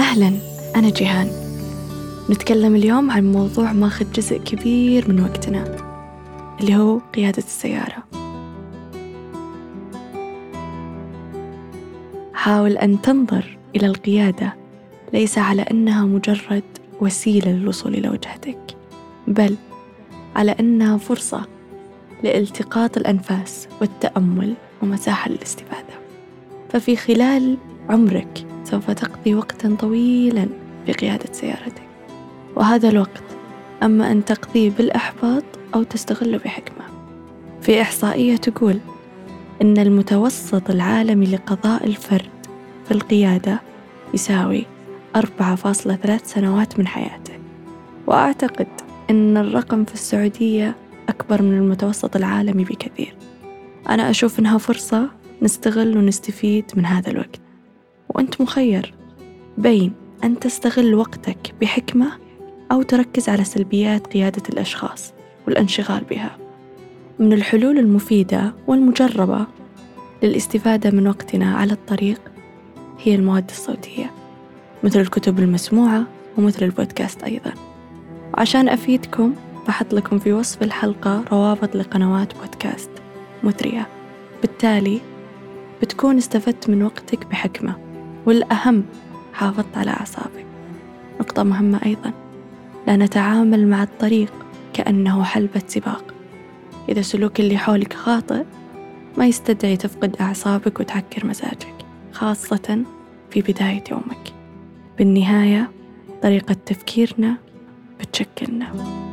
أهلاً، أنا جيهان. نتكلم اليوم عن موضوع ماخذ جزء كبير من وقتنا، اللي هو قيادة السيارة. حاول أن تنظر إلى القيادة ليس على أنها مجرد وسيلة للوصول إلى وجهتك، بل على أنها فرصة لالتقاط الأنفاس والتأمل ومساحة للاستفادة. ففي خلال عمرك سوف تقضي وقتاً طويلاً في قيادة سيارتك، وهذا الوقت أما أن تقضيه بالإحباط أو تستغله بحكمة. في إحصائية تقول إن المتوسط العالمي لقضاء الفرد في القيادة يساوي 4.3 سنوات من حياته، وأعتقد إن الرقم في السعودية أكبر من المتوسط العالمي بكثير. أنا أشوف إنها فرصة نستغل ونستفيد من هذا الوقت، وأنت مخير بين أن تستغل وقتك بحكمة أو تركز على سلبيات قيادة الأشخاص والانشغال بها. من الحلول المفيدة والمجربة للاستفادة من وقتنا على الطريق هي المواد الصوتية، مثل الكتب المسموعة ومثل البودكاست أيضاً. وعشان أفيدكم بحط لكم في وصف الحلقة روابط لقنوات بودكاست مثرية، بالتالي بتكون استفدت من وقتك بحكمة، والأهم حافظت على أعصابك. نقطة مهمة أيضاً، لا نتعامل مع الطريق كأنه حلبة سباق. إذا سلوك اللي حولك خاطئ ما يستدعي تفقد أعصابك وتعكر مزاجك، خاصة في بداية يومك. بالنهاية طريقة تفكيرنا بتشكلنا.